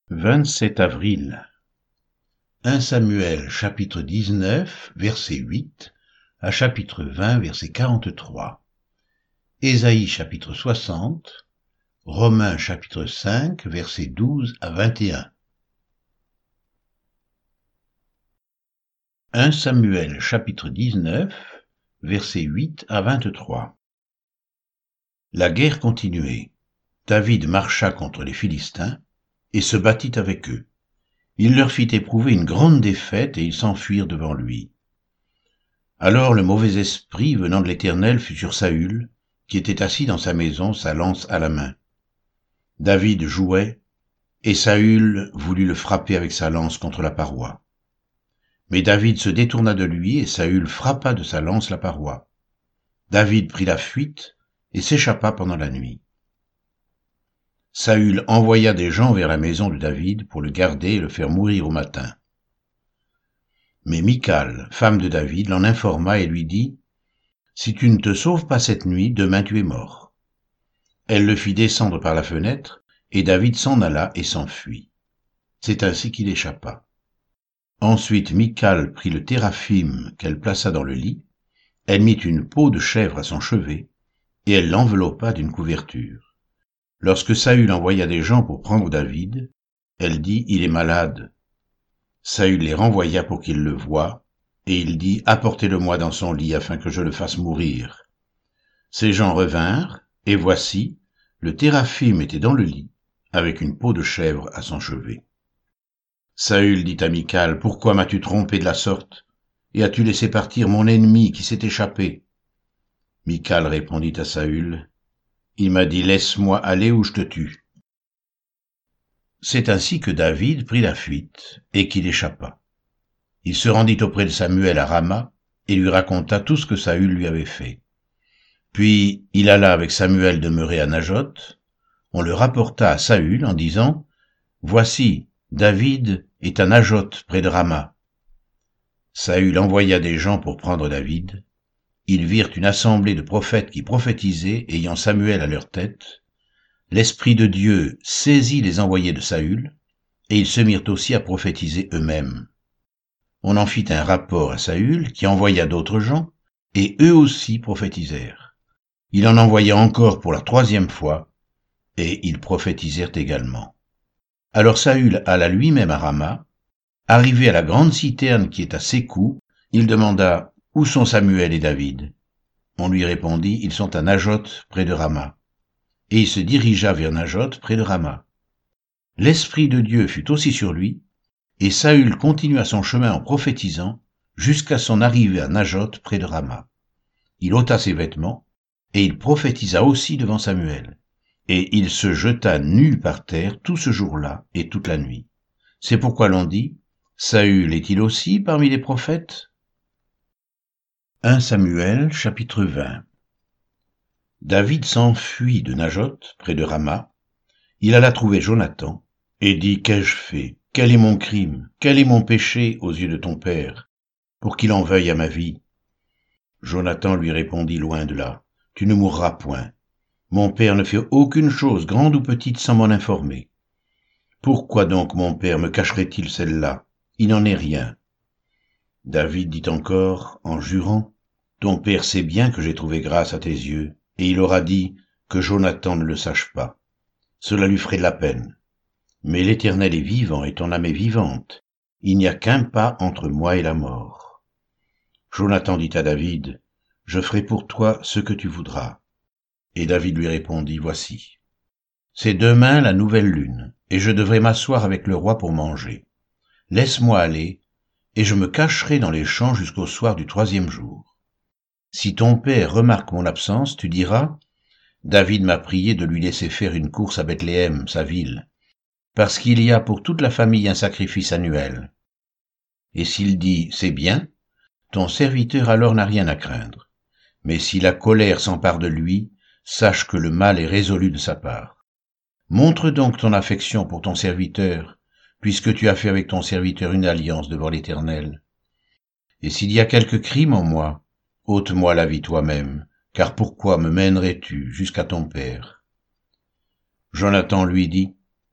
27 avril. 1 Samuel chapitre 19, verset 8 à chapitre 20, verset 43. Ésaïe chapitre 60, Romains chapitre 5, verset 12 à 21. 1 Samuel chapitre 19, verset 8 à 23. La guerre continuait. David marcha contre les Philistins et se battit avec eux. Il leur fit éprouver une grande défaite et ils s'enfuirent devant lui. Alors le mauvais esprit venant de l'Éternel fut sur Saül, qui était assis dans sa maison, sa lance à la main. David jouait, et Saül voulut le frapper avec sa lance contre la paroi. Mais David se détourna de lui, et Saül frappa de sa lance la paroi. David prit la fuite et s'échappa pendant la nuit. Saül envoya des gens vers la maison de David pour le garder et le faire mourir au matin. Mais Michal, femme de David, l'en informa et lui dit « Si tu ne te sauves pas cette nuit, demain tu es mort. » Elle le fit descendre par la fenêtre, et David s'en alla et s'enfuit. C'est ainsi qu'il échappa. Ensuite Michal prit le téraphim qu'elle plaça dans le lit, elle mit une peau de chèvre à son chevet, et elle l'enveloppa d'une couverture. Lorsque Saül envoya des gens pour prendre David, elle dit « Il est malade ». Saül les renvoya pour qu'ils le voient, et il dit « Apportez-le-moi dans son lit afin que je le fasse mourir ». Ces gens revinrent, et voici, le téraphim était dans le lit, avec une peau de chèvre à son chevet. Saül dit à Michal « Pourquoi m'as-tu trompé de la sorte, et as-tu laissé partir mon ennemi qui s'est échappé ?» Michal répondit à Saül « Il m'a dit « Laisse-moi aller ou je te tue ». C'est ainsi que David prit la fuite et qu'il échappa. Il se rendit auprès de Samuel à Rama et lui raconta tout ce que Saül lui avait fait. Puis il alla avec Samuel demeurer à Najoth. On le rapporta à Saül en disant « Voici, David est à Najoth près de Rama. » Saül envoya des gens pour prendre David. Ils virent une assemblée de prophètes qui prophétisaient, ayant Samuel à leur tête. L'Esprit de Dieu saisit les envoyés de Saül, et ils se mirent aussi à prophétiser eux-mêmes. On en fit un rapport à Saül, qui envoya d'autres gens, et eux aussi prophétisèrent. Il en envoya encore pour la 3e fois, et ils prophétisèrent également. Alors Saül alla lui-même à Rama. Arrivé à la grande citerne qui est à Sécou, il demanda « Où sont Samuel et David ?» On lui répondit « Ils sont à Najoth, près de Rama. » Et il se dirigea vers Najoth, près de Rama. L'Esprit de Dieu fut aussi sur lui, et Saül continua son chemin en prophétisant, jusqu'à son arrivée à Najoth, près de Rama. Il ôta ses vêtements, et il prophétisa aussi devant Samuel. Et il se jeta nu par terre tout ce jour-là et toute la nuit. C'est pourquoi l'on dit, Saül est-il aussi parmi les prophètes ? 1 Samuel, chapitre 20. David s'enfuit de Najoth, près de Rama. Il alla trouver Jonathan, et dit « Qu'ai-je fait ? Quel est mon crime ? Quel est mon péché aux yeux de ton père, pour qu'il en veuille à ma vie ?» Jonathan lui répondit loin de là « Tu ne mourras point. Mon père ne fait aucune chose, grande ou petite, sans m'en informer. Pourquoi donc mon père me cacherait-il celle-là ? Il n'en est rien. » David dit encore, en jurant « Ton père sait bien que j'ai trouvé grâce à tes yeux. » Et il aura dit que Jonathan ne le sache pas. Cela lui ferait de la peine. Mais l'Éternel est vivant et ton âme est vivante. Il n'y a qu'un pas entre moi et la mort. Jonathan dit à David, « Je ferai pour toi ce que tu voudras. » Et David lui répondit, « Voici. C'est demain la nouvelle lune, et je devrai m'asseoir avec le roi pour manger. Laisse-moi aller, et je me cacherai dans les champs jusqu'au soir du 3e jour. Si ton père remarque mon absence, tu diras, David m'a prié de lui laisser faire une course à Bethléem, sa ville, parce qu'il y a pour toute la famille un sacrifice annuel. Et s'il dit, c'est bien, ton serviteur alors n'a rien à craindre. Mais si la colère s'empare de lui, sache que le mal est résolu de sa part. Montre donc ton affection pour ton serviteur, puisque tu as fait avec ton serviteur une alliance devant l'Éternel. Et s'il y a quelque crime en moi, ôte-moi la vie toi-même, car pourquoi me mènerais-tu jusqu'à ton père ? Jonathan lui dit,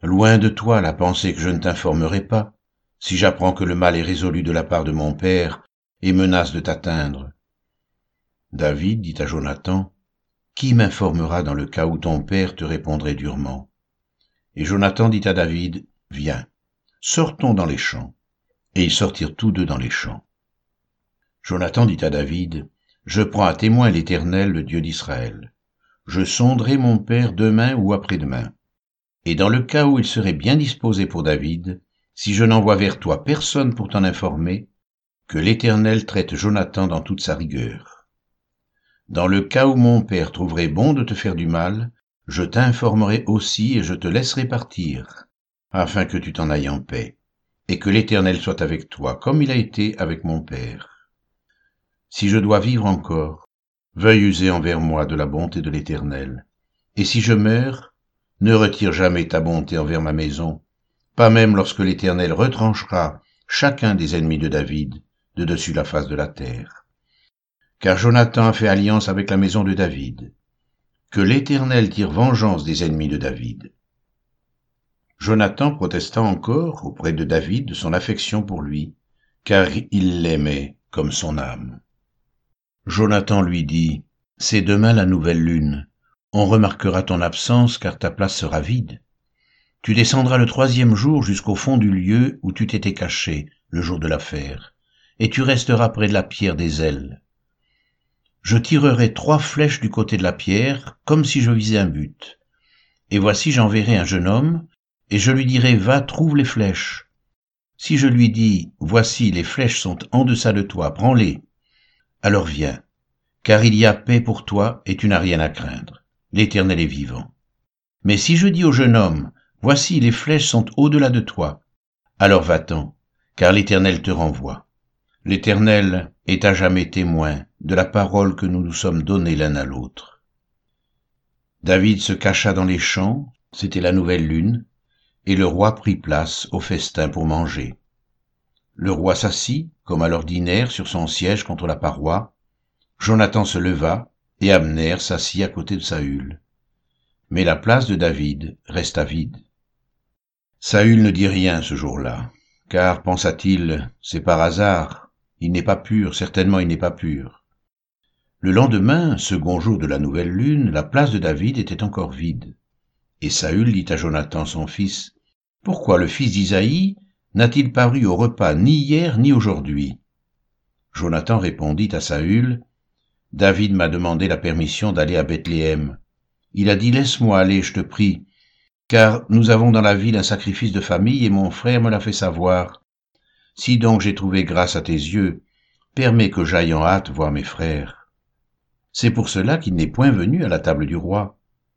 Loin de toi la pensée que je ne t'informerai pas, si j'apprends que le mal est résolu de la part de mon père et menace de t'atteindre. » David dit à Jonathan, « Qui m'informera dans le cas où ton père te répondrait durement ?» Et Jonathan dit à David, « Viens, sortons dans les champs. » Et ils sortirent tous deux dans les champs. Jonathan dit à David, « Je prends à témoin l'Éternel, le Dieu d'Israël. Je sonderai mon père demain ou après-demain. Et dans le cas où il serait bien disposé pour David, si je n'envoie vers toi personne pour t'en informer, que l'Éternel traite Jonathan dans toute sa rigueur. Dans le cas où mon père trouverait bon de te faire du mal, je t'informerai aussi et je te laisserai partir, afin que tu t'en ailles en paix, et que l'Éternel soit avec toi, comme il a été avec mon père. Si je dois vivre encore, veuille user envers moi de la bonté de l'Éternel, et si je meurs, ne retire jamais ta bonté envers ma maison, pas même lorsque l'Éternel retranchera chacun des ennemis de David de dessus la face de la terre. Car Jonathan a fait alliance avec la maison de David. Que l'Éternel tire vengeance des ennemis de David. » Jonathan protesta encore auprès de David de son affection pour lui, car il l'aimait comme son âme. Jonathan lui dit, « C'est demain la nouvelle lune. On remarquera ton absence car ta place sera vide. Tu descendras le 3e jour jusqu'au fond du lieu où tu t'étais caché le jour de l'affaire, et tu resteras près de la pierre des ailes. Je tirerai 3 flèches du côté de la pierre, comme si je visais un but. Et voici j'enverrai un jeune homme, et je lui dirai, va, trouve les flèches. Si je lui dis, voici les flèches sont en deçà de toi, prends-les. Alors viens, car il y a paix pour toi, et tu n'as rien à craindre. L'Éternel est vivant. Mais si je dis au jeune homme, voici les flèches sont au-delà de toi, alors va-t'en, car l'Éternel te renvoie. L'Éternel est à jamais témoin de la parole que nous nous sommes donnée l'un à l'autre. » David se cacha dans les champs, c'était la nouvelle lune, et le roi prit place au festin pour manger. Le roi s'assit, comme à l'ordinaire, sur son siège contre la paroi. Jonathan se leva, et Abner s'assit à côté de Saül. Mais la place de David resta vide. Saül ne dit rien ce jour-là, car, pensa-t-il, c'est par hasard, il n'est pas pur, certainement il n'est pas pur. Le lendemain, 2e jour de la nouvelle lune, la place de David était encore vide. Et Saül dit à Jonathan son fils, « Pourquoi le fils d'Isaïe n'a-t-il paru au repas ni hier ni aujourd'hui ?» Jonathan répondit à Saül, « David m'a demandé la permission d'aller à Bethléem. Il a dit, laisse-moi aller, je te prie, car nous avons dans la ville un sacrifice de famille et mon frère me l'a fait savoir. Si donc j'ai trouvé grâce à tes yeux, permets que j'aille en hâte voir mes frères. C'est pour cela qu'il n'est point venu à la table du roi. »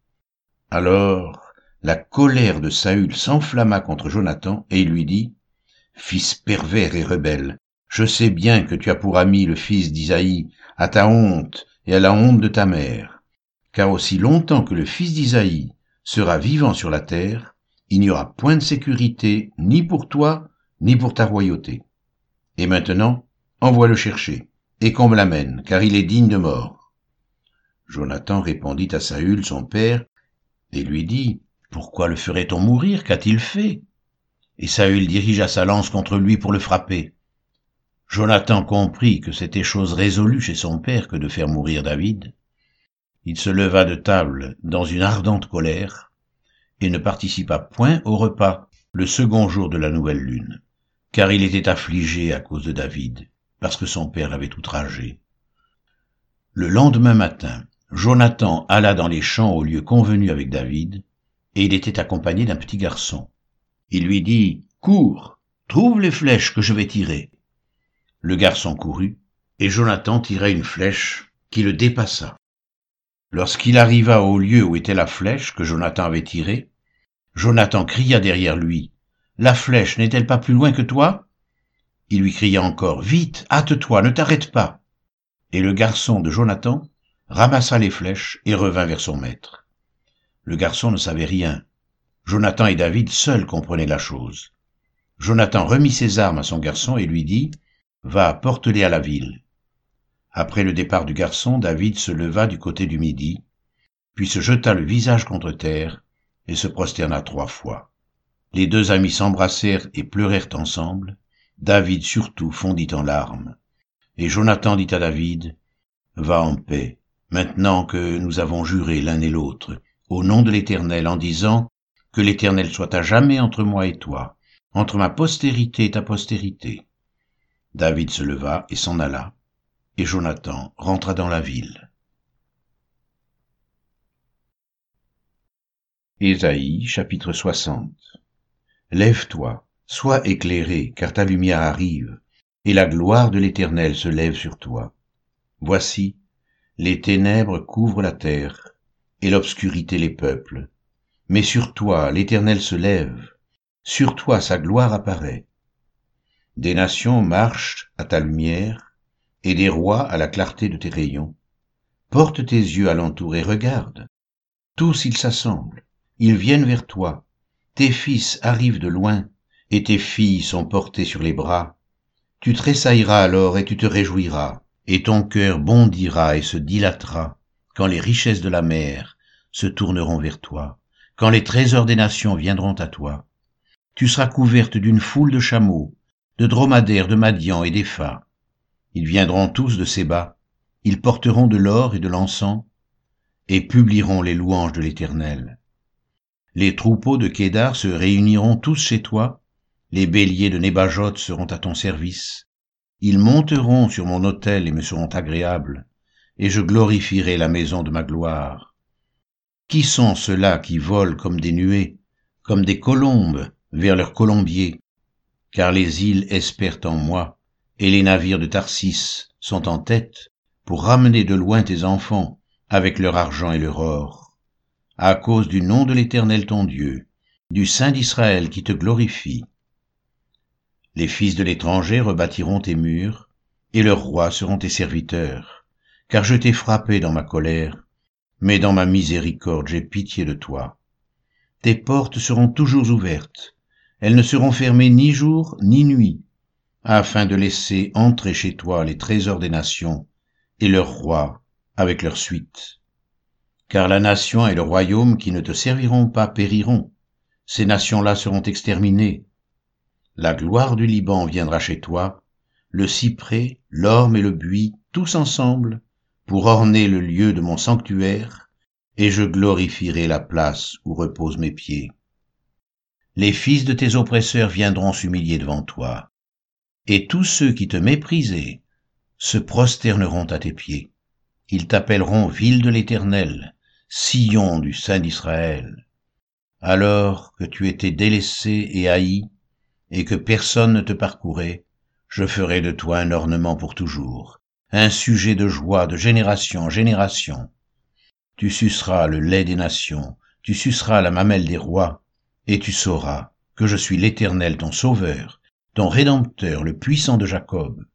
Alors la colère de Saül s'enflamma contre Jonathan et il lui dit, « Fils pervers et rebelle, je sais bien que tu as pour ami le fils d'Isaïe, à ta honte et à la honte de ta mère. Car aussi longtemps que le fils d'Isaïe sera vivant sur la terre, il n'y aura point de sécurité ni pour toi, ni pour ta royauté. Et maintenant, envoie-le chercher, et qu'on me l'amène, car il est digne de mort. » Jonathan répondit à Saül, son père, et lui dit, « Pourquoi le ferait-on mourir? Qu'a-t-il fait ?» Et Saül dirigea sa lance contre lui pour le frapper. Jonathan comprit que c'était chose résolue chez son père que de faire mourir David. Il se leva de table dans une ardente colère et ne participa point au repas le 2e jour de la nouvelle lune, car il était affligé à cause de David, parce que son père l'avait outragé. Le lendemain matin, Jonathan alla dans les champs au lieu convenu avec David, et il était accompagné d'un petit garçon. Il lui dit, « Cours, trouve les flèches que je vais tirer. » Le garçon courut, et Jonathan tira une flèche qui le dépassa. Lorsqu'il arriva au lieu où était la flèche que Jonathan avait tirée, Jonathan cria derrière lui, « La flèche n'est-elle pas plus loin que toi ?» Il lui cria encore, « Vite, hâte-toi, ne t'arrête pas. » Et le garçon de Jonathan ramassa les flèches et revint vers son maître. Le garçon ne savait rien. Jonathan et David seuls comprenaient la chose. Jonathan remit ses armes à son garçon et lui dit, « Va, porte-les à la ville. » Après le départ du garçon, David se leva du côté du midi, puis se jeta le visage contre terre et se prosterna 3 fois. Les deux amis s'embrassèrent et pleurèrent ensemble. David surtout fondit en larmes. Et Jonathan dit à David, « Va en paix, maintenant que nous avons juré l'un et l'autre, au nom de l'Éternel, en disant, que l'Éternel soit à jamais entre moi et toi, entre ma postérité et ta postérité. » David se leva et s'en alla, et Jonathan rentra dans la ville. Ésaïe, chapitre 60. Lève-toi, sois éclairé, car ta lumière arrive, et la gloire de l'Éternel se lève sur toi. Voici, les ténèbres couvrent la terre, et l'obscurité les peuples. Mais sur toi, l'Éternel se lève, sur toi sa gloire apparaît. Des nations marchent à ta lumière, et des rois à la clarté de tes rayons. Porte tes yeux alentour et regarde. Tous ils s'assemblent, ils viennent vers toi. Tes fils arrivent de loin, et tes filles sont portées sur les bras. Tu tressailleras alors et tu te réjouiras, et ton cœur bondira et se dilatera, quand les richesses de la mer se tourneront vers toi, quand les trésors des nations viendront à toi. Tu seras couverte d'une foule de chameaux, de dromadaires, de Madian et d'Épha. Ils viendront tous de Séba, ils porteront de l'or et de l'encens, et publieront les louanges de l'Éternel. Les troupeaux de Kédar se réuniront tous chez toi, les béliers de Nébajoth seront à ton service. Ils monteront sur mon autel et me seront agréables, et je glorifierai la maison de ma gloire. Qui sont ceux-là qui volent comme des nuées, comme des colombes vers leurs colombiers? Car les îles espèrent en moi, et les navires de Tarsis sont en tête, pour ramener de loin tes enfants, avec leur argent et leur or. À cause du nom de l'Éternel ton Dieu, du Saint d'Israël qui te glorifie. Les fils de l'étranger rebâtiront tes murs, et leurs rois seront tes serviteurs, car je t'ai frappé dans ma colère, mais dans ma miséricorde j'ai pitié de toi. Tes portes seront toujours ouvertes, elles ne seront fermées ni jour ni nuit, afin de laisser entrer chez toi les trésors des nations, et leurs rois avec leur suite. Car la nation et le royaume qui ne te serviront pas périront, ces nations-là seront exterminées. La gloire du Liban viendra chez toi, le cyprès, l'orme et le buis, tous ensemble, pour orner le lieu de mon sanctuaire, et je glorifierai la place où reposent mes pieds. Les fils de tes oppresseurs viendront s'humilier devant toi, et tous ceux qui te méprisaient se prosterneront à tes pieds. Ils t'appelleront ville de l'Éternel, Sion du Saint d'Israël. Alors que tu étais délaissé et haï, et que personne ne te parcourait, je ferai de toi un ornement pour toujours, un sujet de joie de génération en génération. Tu suceras le lait des nations, tu suceras la mamelle des rois, et tu sauras que je suis l'Éternel ton Sauveur, ton Rédempteur, le puissant de Jacob.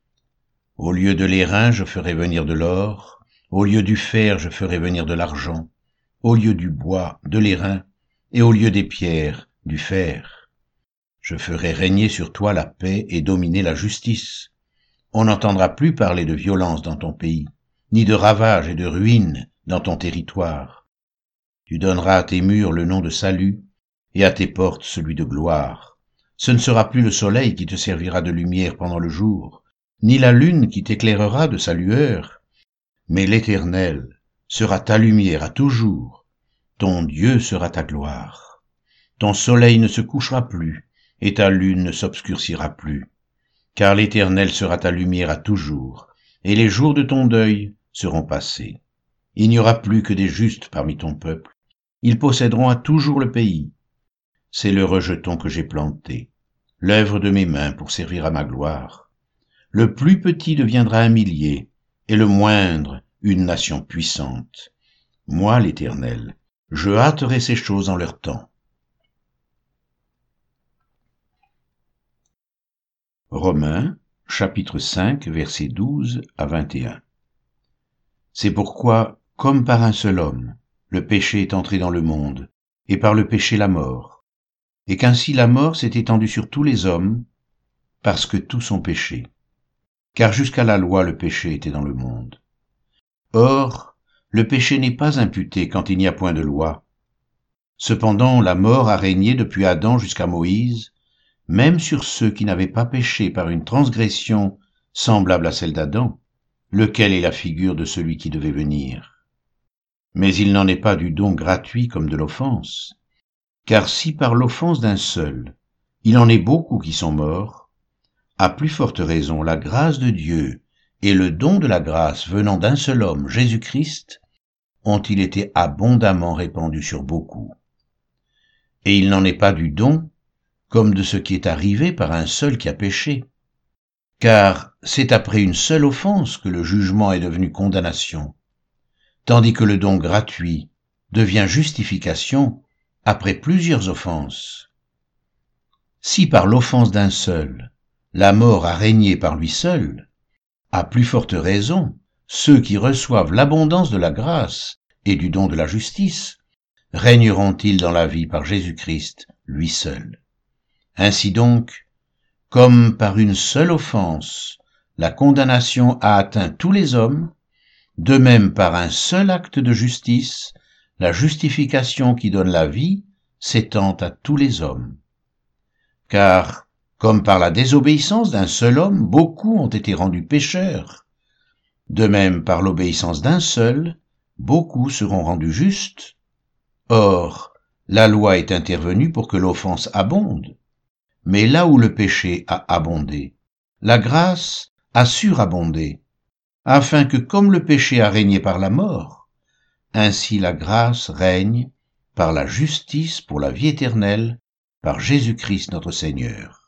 Au lieu de l'airain, je ferai venir de l'or, au lieu du fer, je ferai venir de l'argent, au lieu du bois, de l'airain, et au lieu des pierres, du fer. Je ferai régner sur toi la paix et dominer la justice. On n'entendra plus parler de violence dans ton pays, ni de ravages et de ruines dans ton territoire. Tu donneras à tes murs le nom de salut, et à tes portes celui de gloire. Ce ne sera plus le soleil qui te servira de lumière pendant le jour, ni la lune qui t'éclairera de sa lueur, mais l'Éternel sera ta lumière à toujours, ton Dieu sera ta gloire. Ton soleil ne se couchera plus, et ta lune ne s'obscurcira plus, car l'Éternel sera ta lumière à toujours, et les jours de ton deuil seront passés. Il n'y aura plus que des justes parmi ton peuple, ils posséderont à toujours le pays. C'est le rejeton que j'ai planté, l'œuvre de mes mains pour servir à ma gloire. Le plus petit deviendra un millier, et le moindre une nation puissante. Moi, l'Éternel, je hâterai ces choses en leur temps. Romains, chapitre 5, versets 12 à 21. C'est pourquoi, comme par un seul homme, le péché est entré dans le monde, et par le péché la mort, et qu'ainsi la mort s'est étendue sur tous les hommes, parce que tous ont péché. Car jusqu'à la loi le péché était dans le monde. Or, le péché n'est pas imputé quand il n'y a point de loi. Cependant, la mort a régné depuis Adam jusqu'à Moïse, même sur ceux qui n'avaient pas péché par une transgression semblable à celle d'Adam, lequel est la figure de celui qui devait venir. Mais il n'en est pas du don gratuit comme de l'offense. Car si par l'offense d'un seul, il en est beaucoup qui sont morts, à plus forte raison la grâce de Dieu et le don de la grâce venant d'un seul homme, Jésus-Christ, ont-ils été abondamment répandus sur beaucoup. Et il n'en est pas du don comme de ce qui est arrivé par un seul qui a péché. Car c'est après une seule offense que le jugement est devenu condamnation, tandis que le don gratuit devient justification après plusieurs offenses. Si par l'offense d'un seul, la mort a régné par lui seul, à plus forte raison, ceux qui reçoivent l'abondance de la grâce et du don de la justice, régneront-ils dans la vie par Jésus-Christ, lui seul. Ainsi donc, comme par une seule offense, la condamnation a atteint tous les hommes, de même par un seul acte de justice, la justification qui donne la vie s'étend à tous les hommes. Car, comme par la désobéissance d'un seul homme, beaucoup ont été rendus pécheurs, de même par l'obéissance d'un seul, beaucoup seront rendus justes. Or, la loi est intervenue pour que l'offense abonde. Mais là où le péché a abondé, la grâce a surabondé, afin que comme le péché a régné par la mort, ainsi la grâce règne par la justice pour la vie éternelle, par Jésus-Christ notre Seigneur.